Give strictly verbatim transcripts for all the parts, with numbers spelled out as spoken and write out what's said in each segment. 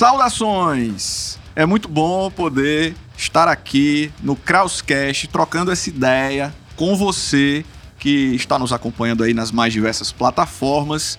Saudações! É muito bom poder estar aqui no Krauscast trocando essa ideia com você que está nos acompanhando aí nas mais diversas plataformas.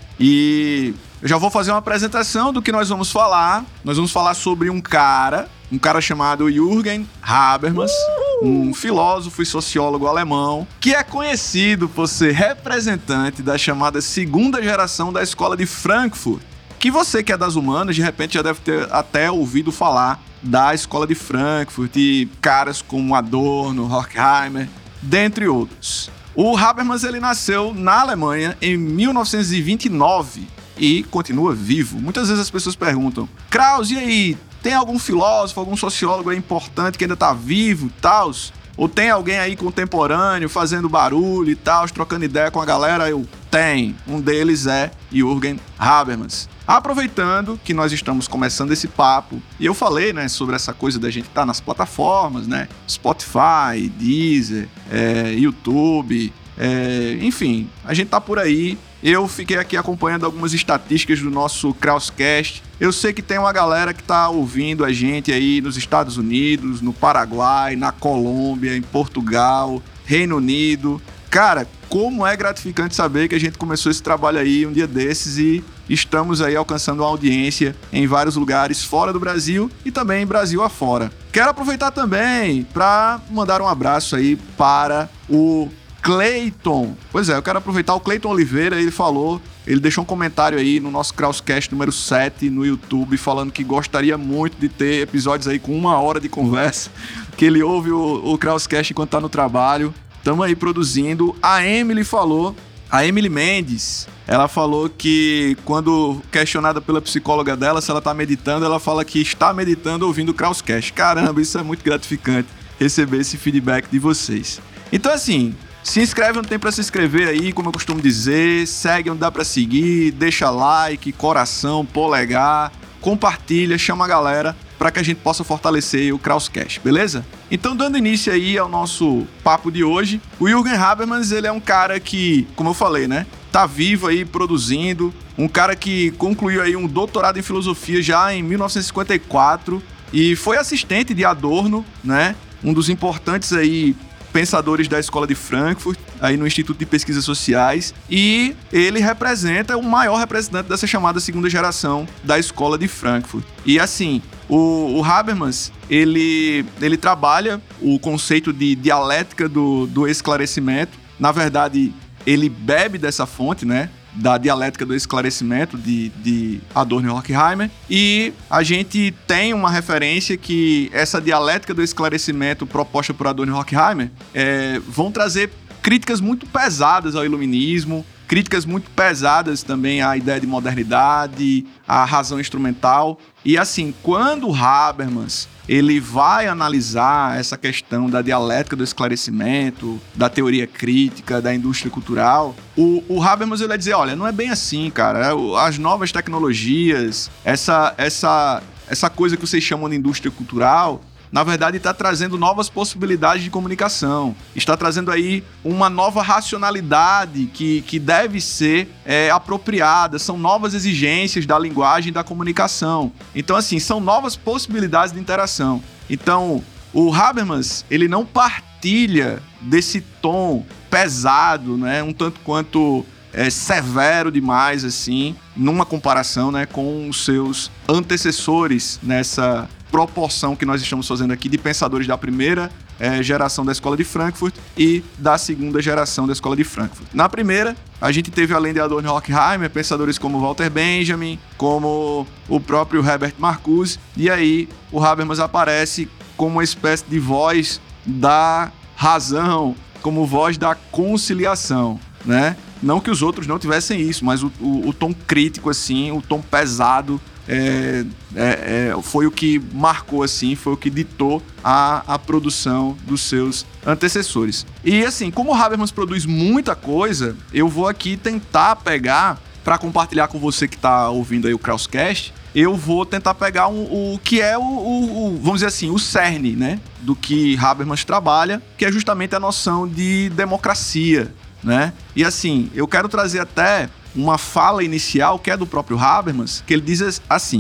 E eu já vou fazer uma apresentação do que nós vamos falar. Nós vamos falar sobre um cara, um cara chamado Jürgen Habermas, um filósofo e sociólogo alemão, que é conhecido por ser representante da chamada segunda geração da Escola de Frankfurt, que você que é das humanas, de repente já deve ter até ouvido falar da Escola de Frankfurt e caras como Adorno, Horkheimer, dentre outros. O Habermas ele nasceu na Alemanha em mil novecentos e vinte e nove e continua vivo. Muitas vezes as pessoas perguntam: Kraus, e aí, tem algum filósofo, algum sociólogo aí importante que ainda tá vivo e tal? Ou tem alguém aí contemporâneo fazendo barulho e tal, trocando ideia com a galera? Eu tenho. Um deles é Jürgen Habermas. Aproveitando que nós estamos começando esse papo, e eu falei, né, sobre essa coisa da gente estar nas plataformas, né, Spotify, Deezer, é, YouTube, é, enfim, a gente tá por aí. Eu fiquei aqui acompanhando algumas estatísticas do nosso Krauscast. Eu sei que tem uma galera que tá ouvindo a gente aí nos Estados Unidos, no Paraguai, na Colômbia, em Portugal, Reino Unido. Cara, como é gratificante saber que a gente começou esse trabalho aí um dia desses e estamos aí alcançando uma audiência em vários lugares fora do Brasil e também Brasil afora. Quero aproveitar também para mandar um abraço aí para o Cleiton. Pois é, eu quero aproveitar o Cleiton Oliveira, ele falou, ele deixou um comentário aí no nosso Krauscast número sete no YouTube, falando que gostaria muito de ter episódios aí com uma hora de conversa, que ele ouve o, o Krauscast enquanto tá no trabalho. Estamos aí produzindo. A Emily falou, a Emily Mendes, ela falou que quando questionada pela psicóloga dela se ela tá meditando, ela fala que está meditando ouvindo o Krauscast. Caramba, isso é muito gratificante receber esse feedback de vocês. Então assim, se inscreve onde tem pra se inscrever aí, como eu costumo dizer, segue onde dá pra seguir, deixa like, coração, polegar, compartilha, chama a galera para que a gente possa fortalecer o Krauscast, beleza? Então, dando início aí ao nosso papo de hoje, o Jürgen Habermas, ele é um cara que, como eu falei, né, tá vivo aí produzindo, um cara que concluiu aí um doutorado em filosofia já em mil novecentos e cinquenta e quatro e foi assistente de Adorno, né, um dos importantes aí pensadores da Escola de Frankfurt, aí no Instituto de Pesquisas Sociais, e ele representa o maior representante dessa chamada segunda geração da Escola de Frankfurt. E assim, o, o Habermas, ele, ele trabalha o conceito de dialética do, do esclarecimento. Na verdade, ele bebe dessa fonte, né, da dialética do esclarecimento de, de Adorno e Horkheimer, e a gente tem uma referência que essa dialética do esclarecimento proposta por Adorno e Horkheimer é, vão trazer críticas muito pesadas ao iluminismo, críticas muito pesadas também à ideia de modernidade, à razão instrumental. E assim, quando o Habermas ele vai analisar essa questão da dialética do esclarecimento, da teoria crítica, da indústria cultural, o, o Habermas ele vai dizer, olha, não é bem assim, cara. As novas tecnologias, essa, essa, essa coisa que vocês chamam de indústria cultural, na verdade está trazendo novas possibilidades de comunicação, está trazendo aí uma nova racionalidade que, que deve ser é, apropriada, são novas exigências da linguagem e da comunicação. Então assim, são novas possibilidades de interação. Então o Habermas, ele não partilha desse tom pesado, né, um tanto quanto é, severo demais, assim, numa comparação, né, com os seus antecessores nessa proporção que nós estamos fazendo aqui de pensadores da primeira é, geração da Escola de Frankfurt e da segunda geração da Escola de Frankfurt. Na primeira, a gente teve, além de Adorno e Horkheimer, pensadores como Walter Benjamin, como o próprio Herbert Marcuse, e aí o Habermas aparece como uma espécie de voz da razão, como voz da conciliação, né? Não que os outros não tivessem isso, mas o, o, o tom crítico, assim, o tom pesado, É, é, é, foi o que marcou, assim, foi o que ditou a, a produção dos seus antecessores. E assim, como o Habermas produz muita coisa, eu vou aqui tentar pegar, para compartilhar com você que está ouvindo aí o Krauscast, eu vou tentar pegar um, o que é o, o, o, vamos dizer assim, o cerne, né, do que Habermas trabalha, que é justamente a noção de democracia, né? E assim, eu quero trazer até uma fala inicial que é do próprio Habermas, que ele diz assim: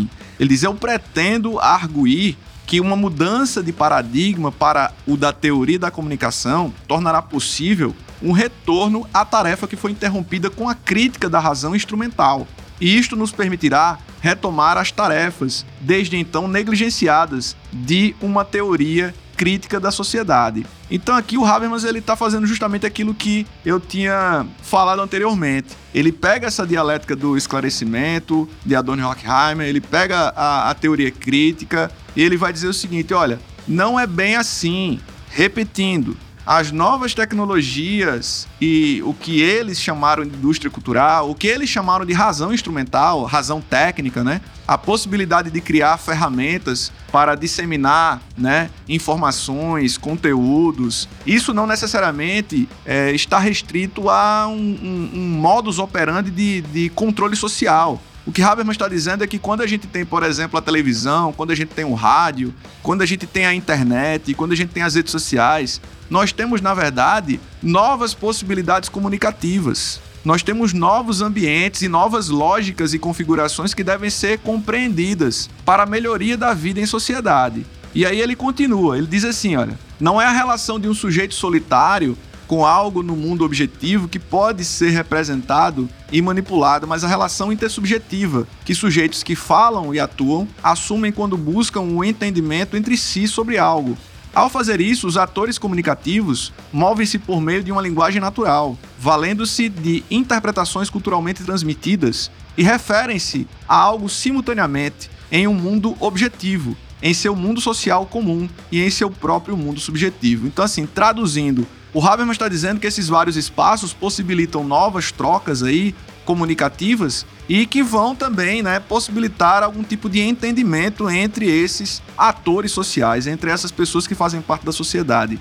Ele diz: eu pretendo arguir que uma mudança de paradigma para o da teoria da comunicação tornará possível um retorno à tarefa que foi interrompida com a crítica da razão instrumental. E isto nos permitirá retomar as tarefas, desde então negligenciadas, de uma teoria crítica da sociedade. Então aqui o Habermas está fazendo justamente aquilo que eu tinha falado anteriormente. Ele pega essa dialética do esclarecimento de Adorno e Horkheimer, ele pega a, a teoria crítica e ele vai dizer o seguinte: olha, não é bem assim. Repetindo, as novas tecnologias e o que eles chamaram de indústria cultural, o que eles chamaram de razão instrumental, razão técnica, né? A possibilidade de criar ferramentas para disseminar, né, informações, conteúdos, isso não necessariamente é, está restrito a um, um, um modus operandi de, de controle social. O que Habermas está dizendo é que quando a gente tem, por exemplo, a televisão, quando a gente tem o rádio, quando a gente tem a internet, quando a gente tem as redes sociais, nós temos, na verdade, novas possibilidades comunicativas. Nós temos novos ambientes e novas lógicas e configurações que devem ser compreendidas para a melhoria da vida em sociedade. E aí ele continua, ele diz assim, olha, não é a relação de um sujeito solitário com algo no mundo objetivo que pode ser representado e manipulado, mas a relação intersubjetiva que sujeitos que falam e atuam assumem quando buscam um entendimento entre si sobre algo. Ao fazer isso, os atores comunicativos movem-se por meio de uma linguagem natural, valendo-se de interpretações culturalmente transmitidas e referem-se a algo simultaneamente em um mundo objetivo, em seu mundo social comum e em seu próprio mundo subjetivo. Então, assim, traduzindo, o Habermas está dizendo que esses vários espaços possibilitam novas trocas aí comunicativas e que vão também, né, possibilitar algum tipo de entendimento entre esses atores sociais, entre essas pessoas que fazem parte da sociedade.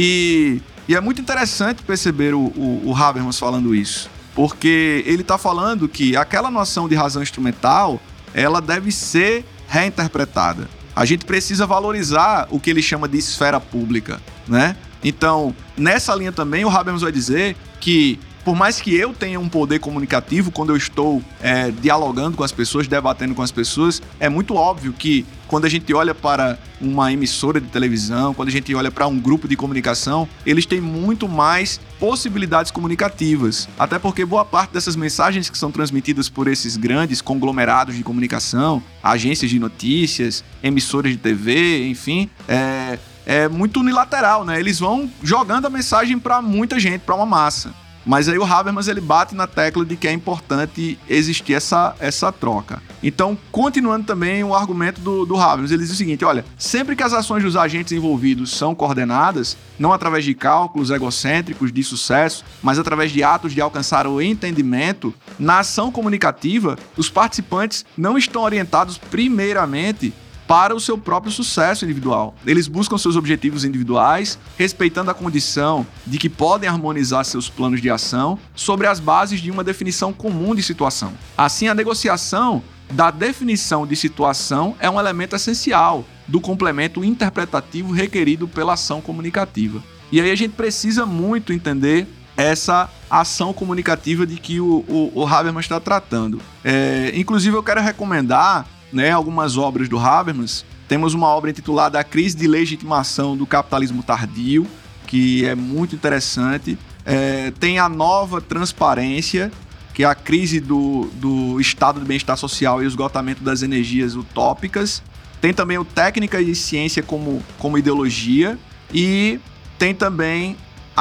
E, e é muito interessante perceber o, o, o Habermas falando isso, porque ele está falando que aquela noção de razão instrumental, ela deve ser reinterpretada. A gente precisa valorizar o que ele chama de esfera pública, né? Então, nessa linha também, o Habermas vai dizer que, por mais que eu tenha um poder comunicativo quando eu estou é, dialogando com as pessoas, debatendo com as pessoas, é muito óbvio que quando a gente olha para uma emissora de televisão, quando a gente olha para um grupo de comunicação, eles têm muito mais possibilidades comunicativas. Até porque boa parte dessas mensagens que são transmitidas por esses grandes conglomerados de comunicação, agências de notícias, emissoras de T V, enfim, é... é muito unilateral, né? Eles vão jogando a mensagem para muita gente, para uma massa. Mas aí o Habermas ele bate na tecla de que é importante existir essa, essa troca. Então, continuando também o argumento do, do Habermas, ele diz o seguinte, olha, sempre que as ações dos agentes envolvidos são coordenadas, não através de cálculos egocêntricos de sucesso, mas através de atos de alcançar o entendimento, na ação comunicativa, os participantes não estão orientados primeiramente para o seu próprio sucesso individual. Eles buscam seus objetivos individuais, respeitando a condição de que podem harmonizar seus planos de ação sobre as bases de uma definição comum de situação. Assim, a negociação da definição de situação é um elemento essencial do complemento interpretativo requerido pela ação comunicativa. E aí a gente precisa muito entender essa ação comunicativa de que o, o, o Habermas está tratando. É, inclusive, eu quero recomendar, né, algumas obras do Habermas. Temos uma obra intitulada A Crise de Legitimação do Capitalismo Tardio, que é muito interessante. É, tem A Nova Transparência, que é a crise do, do estado de bem-estar social e o esgotamento das energias utópicas. Tem também o Técnica e Ciência como, como Ideologia. E tem também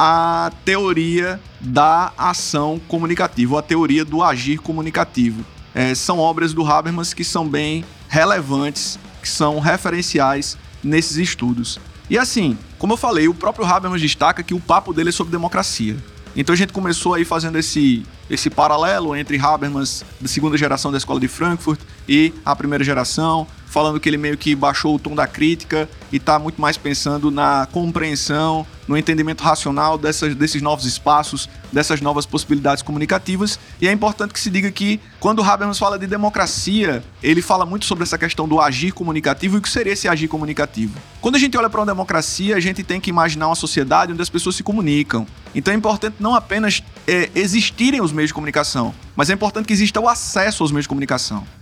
a teoria da ação comunicativa, ou a teoria do agir comunicativo. É, são obras do Habermas que são bem relevantes, que são referenciais nesses estudos. E assim, como eu falei, o próprio Habermas destaca que o papo dele é sobre democracia. Então a gente começou aí fazendo esse, esse paralelo entre Habermas da segunda geração da Escola de Frankfurt e a primeira geração, falando que ele meio que baixou o tom da crítica e está muito mais pensando na compreensão, no entendimento racional dessas, desses novos espaços, dessas novas possibilidades comunicativas. E é importante que se diga que, quando o Habermas fala de democracia, ele fala muito sobre essa questão do agir comunicativo e o que seria esse agir comunicativo. Quando a gente olha para uma democracia, a gente tem que imaginar uma sociedade onde as pessoas se comunicam. Então é importante não apenas é, existirem os meios de comunicação, mas é importante que exista o acesso aos meios de comunicação.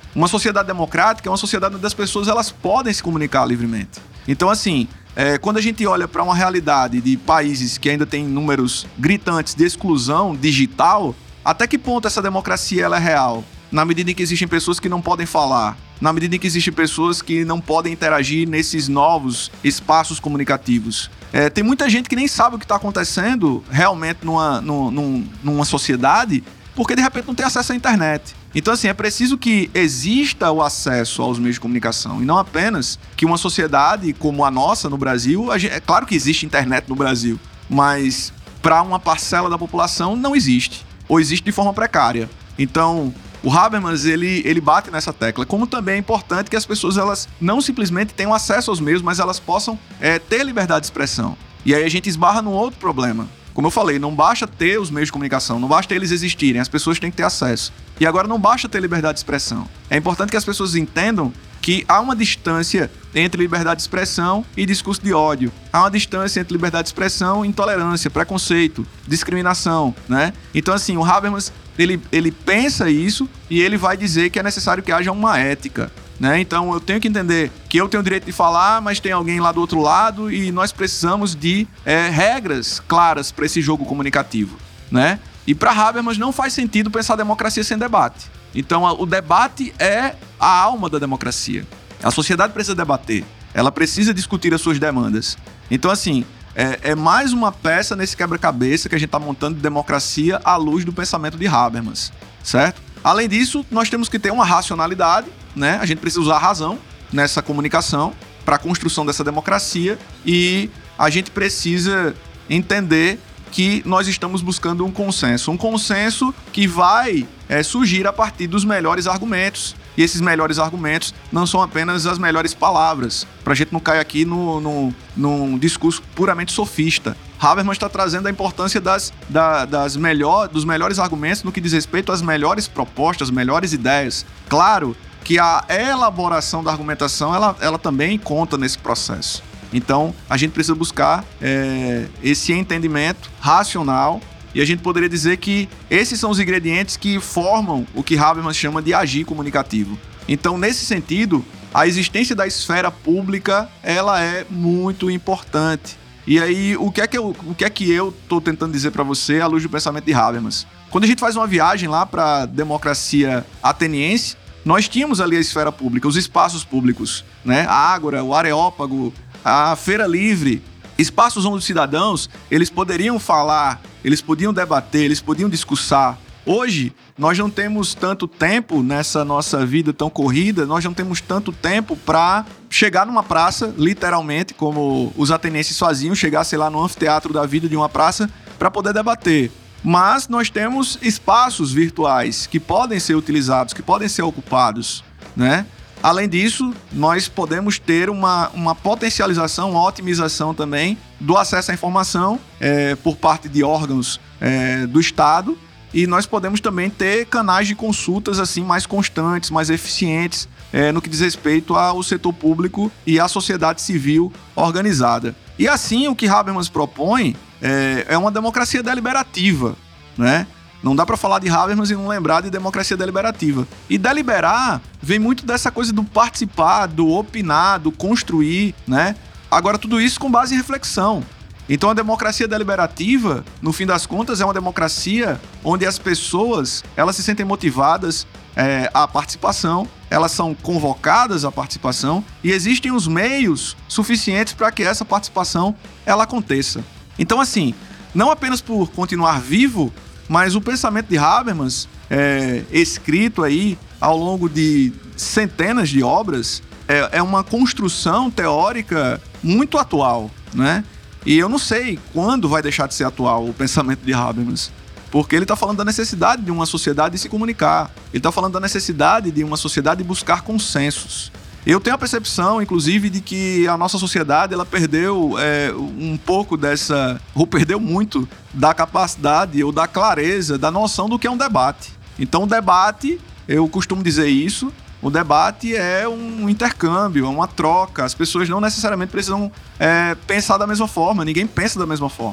Uma sociedade democrática é uma sociedade onde as pessoas elas podem se comunicar livremente. Então, assim, é, quando a gente olha para uma realidade de países que ainda têm números gritantes de exclusão digital, até que ponto essa democracia ela é real? Na medida em que existem pessoas que não podem falar, na medida em que existem pessoas que não podem interagir nesses novos espaços comunicativos. É, tem muita gente que nem sabe o que está acontecendo realmente numa, numa, numa sociedade, porque de repente não tem acesso à internet. Então, assim, é preciso que exista o acesso aos meios de comunicação e não apenas que uma sociedade como a nossa no Brasil, a gente, é claro que existe internet no Brasil, mas para uma parcela da população não existe, ou existe de forma precária. Então, o Habermas, ele, ele bate nessa tecla, como também é importante que as pessoas elas não simplesmente tenham acesso aos meios, mas elas possam é, ter liberdade de expressão. E aí a gente esbarra num outro problema. Como eu falei, não basta ter os meios de comunicação, não basta eles existirem, as pessoas têm que ter acesso. E agora não basta ter liberdade de expressão. É importante que as pessoas entendam que há uma distância entre liberdade de expressão e discurso de ódio. Há uma distância entre liberdade de expressão e intolerância, preconceito, discriminação, né? Então, assim, o Habermas, ele, ele pensa isso e ele vai dizer que é necessário que haja uma ética, né? Então, eu tenho que entender que eu tenho o direito de falar, mas tem alguém lá do outro lado e nós precisamos de é, regras claras para esse jogo comunicativo, né? E para Habermas não faz sentido pensar democracia sem debate. Então, o debate é a alma da democracia. A sociedade precisa debater, ela precisa discutir as suas demandas. Então, assim, é, é mais uma peça nesse quebra-cabeça que a gente está montando de democracia à luz do pensamento de Habermas, certo? Além disso, nós temos que ter uma racionalidade, né? A gente precisa usar a razão nessa comunicação para a construção dessa democracia e a gente precisa entender que nós estamos buscando um consenso. Um consenso que vai é, surgir a partir dos melhores argumentos. E esses melhores argumentos não são apenas as melhores palavras, para a gente não cair aqui no, no, num discurso puramente sofista. Habermas está trazendo a importância das, da, das melhor, dos melhores argumentos no que diz respeito às melhores propostas, melhores ideias. Claro que a elaboração da argumentação ela, ela também conta nesse processo. Então, a gente precisa buscar é, esse entendimento racional e a gente poderia dizer que esses são os ingredientes que formam o que Habermas chama de agir comunicativo. Então, nesse sentido, a existência da esfera pública ela é muito importante. E aí, o que é que eu o que é que eu estou tentando dizer para você à luz do pensamento de Habermas? Quando a gente faz uma viagem lá para a democracia ateniense, nós tínhamos ali a esfera pública, os espaços públicos, né? A Ágora, o Areópago, a Feira Livre, espaços onde os cidadãos eles poderiam falar, eles podiam debater, eles podiam discursar. Hoje, nós não temos tanto tempo nessa nossa vida tão corrida, nós não temos tanto tempo para chegar numa praça, literalmente, como os atenienses faziam, chegar, sei lá, no anfiteatro da vida de uma praça para poder debater. Mas nós temos espaços virtuais que podem ser utilizados, que podem ser ocupados, né? Além disso, nós podemos ter uma, uma potencialização, uma otimização também do acesso à informação é, por parte de órgãos é, do Estado e nós podemos também ter canais de consultas assim, mais constantes, mais eficientes é, no que diz respeito ao setor público e à sociedade civil organizada. E assim, o que Habermas propõe é, é uma democracia deliberativa, né? Não dá para falar de Habermas e não lembrar de democracia deliberativa. E deliberar vem muito dessa coisa do participar, do opinar, do construir, né? Agora, tudo isso com base em reflexão. Então, a democracia deliberativa, no fim das contas, é uma democracia onde as pessoas elas se sentem motivadas é, à participação, elas são convocadas à participação e existem os meios suficientes para que essa participação ela aconteça. Então, assim, não apenas por continuar vivo, mas o pensamento de Habermas, é, escrito aí ao longo de centenas de obras, é, é uma construção teórica muito atual, né? E eu não sei quando vai deixar de ser atual o pensamento de Habermas, porque ele está falando da necessidade de uma sociedade de se comunicar, ele está falando da necessidade de uma sociedade de buscar consensos. Eu tenho a percepção, inclusive, de que a nossa sociedade ela perdeu é, um pouco dessa... ou perdeu muito da capacidade ou da clareza, da noção do que é um debate. Então, o debate, eu costumo dizer isso, o debate é um intercâmbio, é uma troca. As pessoas não necessariamente precisam é, pensar da mesma forma, ninguém pensa da mesma forma.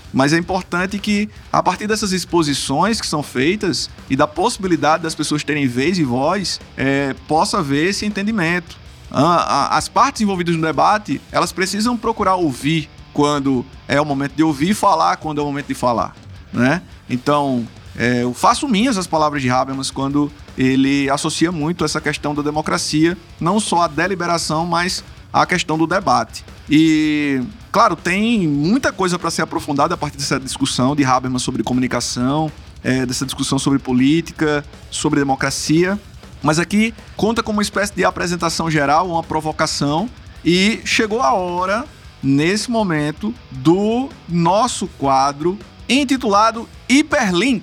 Mas é importante que, a partir dessas exposições que são feitas e da possibilidade das pessoas terem vez e voz, é, possa haver esse entendimento. As partes envolvidas no debate, elas precisam procurar ouvir quando é o momento de ouvir e falar quando é o momento de falar, né? Então, é, eu faço minhas as palavras de Habermas quando ele associa muito essa questão da democracia, não só a deliberação, mas a questão do debate. E, claro, tem muita coisa para ser aprofundada a partir dessa discussão de Habermas sobre comunicação, é, dessa discussão sobre política, sobre democracia, mas aqui conta como uma espécie de apresentação geral, uma provocação, e chegou a hora, nesse momento, do nosso quadro intitulado Hiperlink.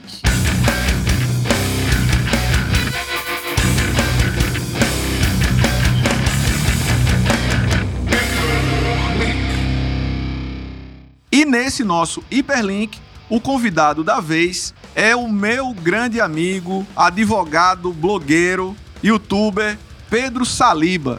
E nesse nosso Hiperlink, o convidado da vez é o meu grande amigo, advogado, blogueiro, youtuber, Pedro Saliba.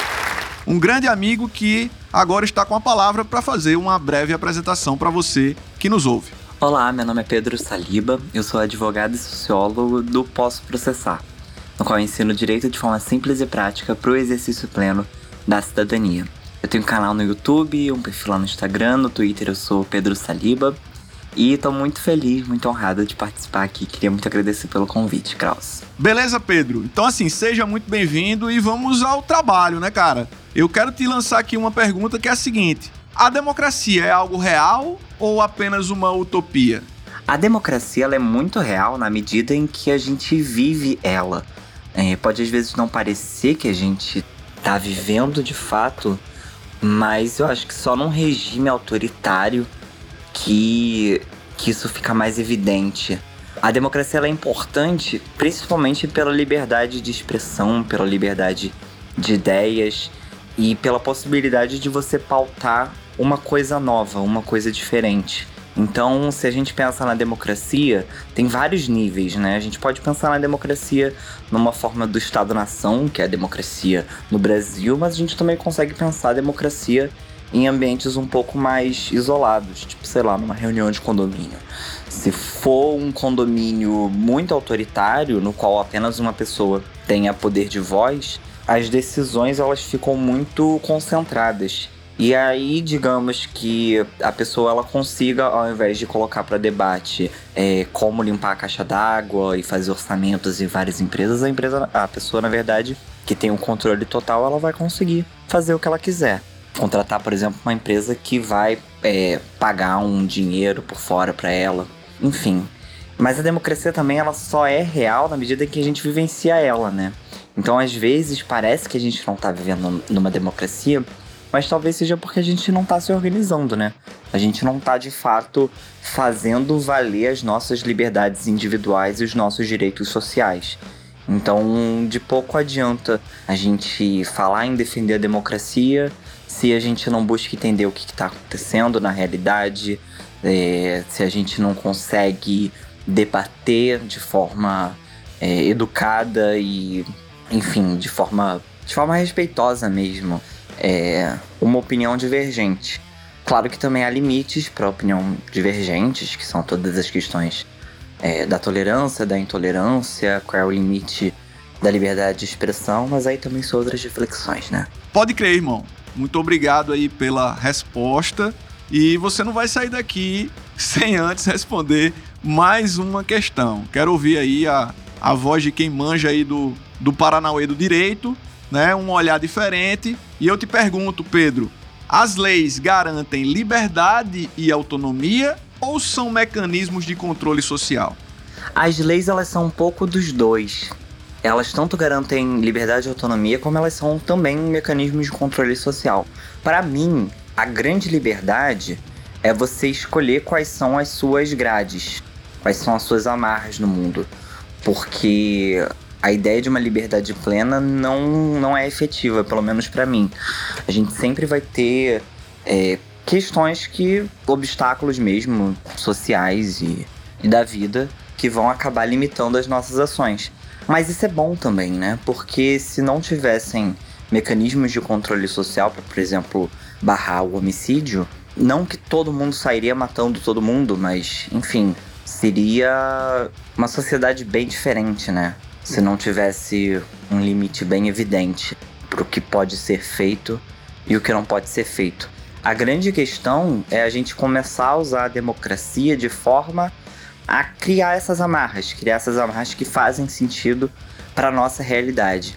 Um grande amigo que agora está com a palavra para fazer uma breve apresentação para você que nos ouve. Olá, meu nome é Pedro Saliba, eu sou advogado e sociólogo do Posso Processar, no qual eu ensino direito de forma simples e prática para o exercício pleno da cidadania. Eu tenho um canal no YouTube, um perfil lá no Instagram, no Twitter eu sou Pedro Saliba. E tô muito feliz, muito honrado de participar aqui. Queria muito agradecer pelo convite, Kraus. Beleza, Pedro? Então assim, seja muito bem-vindo e vamos ao trabalho, né, cara? Eu quero te lançar aqui uma pergunta que é a seguinte: a democracia é algo real ou apenas uma utopia? A democracia ela é muito real na medida em que a gente vive ela. É, pode às vezes não parecer que a gente tá vivendo de fato, mas eu acho que só num regime autoritário que, que isso fica mais evidente. A democracia ela é importante principalmente pela liberdade de expressão, pela liberdade de ideias e pela possibilidade de você pautar uma coisa nova, uma coisa diferente. Então, se a gente pensa na democracia, tem vários níveis, né? A gente pode pensar na democracia numa forma do Estado-nação, que é a democracia no Brasil, mas a gente também consegue pensar a democracia em ambientes um pouco mais isolados, tipo, sei lá, numa reunião de condomínio. Se for um condomínio muito autoritário, no qual apenas uma pessoa tenha poder de voz, as decisões elas ficam muito concentradas. E aí, digamos que a pessoa ela consiga, ao invés de colocar para debate é, como limpar a caixa d'água e fazer orçamentos em várias empresas, a empresa, a pessoa, na verdade, que tem um controle total, ela vai conseguir fazer o que ela quiser. Contratar, por exemplo, uma empresa que vai é, pagar um dinheiro por fora para ela, enfim. Mas a democracia também ela só é real na medida em que a gente vivencia ela, né? Então, às vezes, parece que a gente não tá vivendo numa democracia, mas talvez seja porque a gente não tá se organizando, né? A gente não tá, de fato, fazendo valer as nossas liberdades individuais e os nossos direitos sociais. Então, de pouco adianta a gente falar em defender a democracia se a gente não busca entender o que está acontecendo na realidade, é, se a gente não consegue debater de forma é, educada e, enfim, de forma, de forma respeitosa mesmo, é, uma opinião divergente. Claro que também há limites para opinião divergentes, que são todas as questões é, da tolerância, da intolerância, qual é o limite da liberdade de expressão, mas aí também são outras reflexões, né? Pode crer, irmão. Muito obrigado aí pela resposta. E você não vai sair daqui sem antes responder mais uma questão. Quero ouvir aí a, a voz de quem manja aí do, do Paranauê do direito, né? Um olhar diferente. E eu te pergunto, Pedro, as leis garantem liberdade e autonomia ou são mecanismos de controle social? As leis, elas são um pouco dos dois. Elas tanto garantem liberdade e autonomia, como elas são também mecanismos de controle social. Para mim, a grande liberdade é você escolher quais são as suas grades, quais são as suas amarras no mundo. Porque a ideia de uma liberdade plena não, não é efetiva, pelo menos para mim. A gente sempre vai ter é, questões que, obstáculos mesmo, sociais e, e da vida, que vão acabar limitando as nossas ações. Mas isso é bom também, né? Porque se não tivessem mecanismos de controle social para, por exemplo, barrar o homicídio, Não que todo mundo sairia matando todo mundo, mas, enfim, seria uma sociedade bem diferente, né? Se não tivesse um limite bem evidente pro que pode ser feito e o que não pode ser feito. A grande questão é a gente começar a usar a democracia de forma a criar essas amarras, criar essas amarras que fazem sentido para a nossa realidade.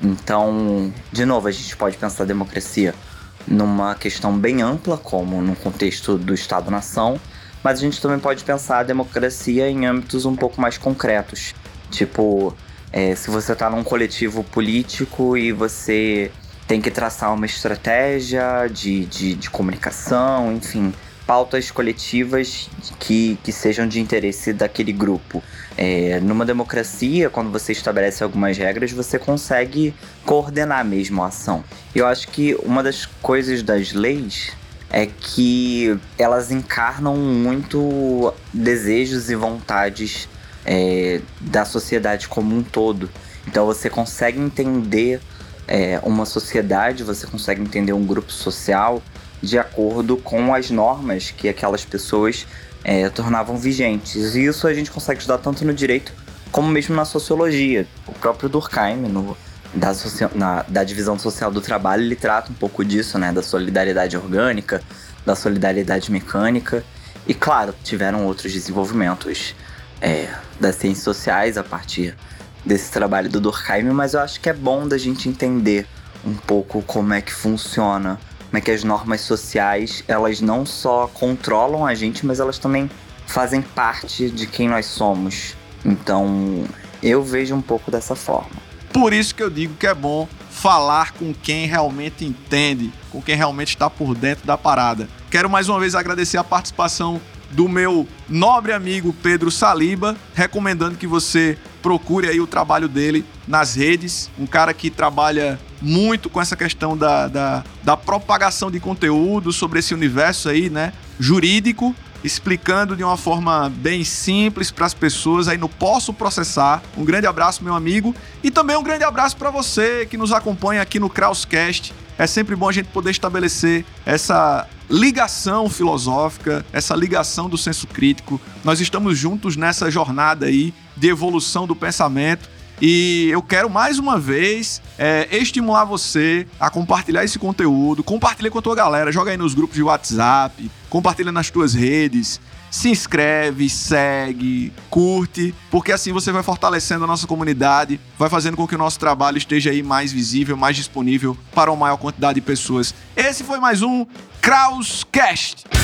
Então, de novo, a gente pode pensar a democracia numa questão bem ampla, como no contexto do Estado-nação, mas a gente também pode pensar a democracia em âmbitos um pouco mais concretos. Tipo, é, se você está num coletivo político e você tem que traçar uma estratégia de, de, de comunicação, enfim, pautas coletivas que, que sejam de interesse daquele grupo. É, numa democracia, quando você estabelece algumas regras, você consegue coordenar mesmo a ação. Eu acho que uma das coisas das leis é que elas encarnam muito desejos e vontades é, da sociedade como um todo. Então você consegue entender é, uma sociedade, você consegue entender um grupo social de acordo com as normas que aquelas pessoas é, tornavam vigentes. E isso a gente consegue estudar tanto no direito como mesmo na sociologia. O próprio Durkheim, no, da, socia- na, da divisão social do trabalho, ele trata um pouco disso, né? Da solidariedade orgânica, da solidariedade mecânica. E claro, tiveram outros desenvolvimentos é, das ciências sociais a partir desse trabalho do Durkheim, mas eu acho que é bom da gente entender um pouco como é que funciona, como é que as normas sociais, elas não só controlam a gente, mas elas também fazem parte de quem nós somos. Então, eu vejo um pouco dessa forma. Por isso que eu digo que é bom falar com quem realmente entende, com quem realmente está por dentro da parada. Quero mais uma vez agradecer a participação do meu nobre amigo Pedro Saliba, recomendando que você procure aí o trabalho dele nas redes. Um cara que trabalha muito com essa questão da, da, da propagação de conteúdo sobre esse universo aí, né, jurídico, explicando de uma forma bem simples para as pessoas aí no Posso Processar. Um grande abraço, meu amigo, e também um grande abraço para você que nos acompanha aqui no Krauscast. É sempre bom a gente poder estabelecer essa ligação filosófica, essa ligação do senso crítico. Nós estamos juntos nessa jornada aí de evolução do pensamento. E eu quero mais uma vez é, estimular você a compartilhar esse conteúdo. Compartilha com a tua galera, joga aí nos grupos de WhatsApp, compartilha nas tuas redes, se inscreve, segue, curte, porque assim você vai fortalecendo a nossa comunidade, vai fazendo com que o nosso trabalho esteja aí mais visível, mais disponível para uma maior quantidade de pessoas. Esse foi mais um Krauscast.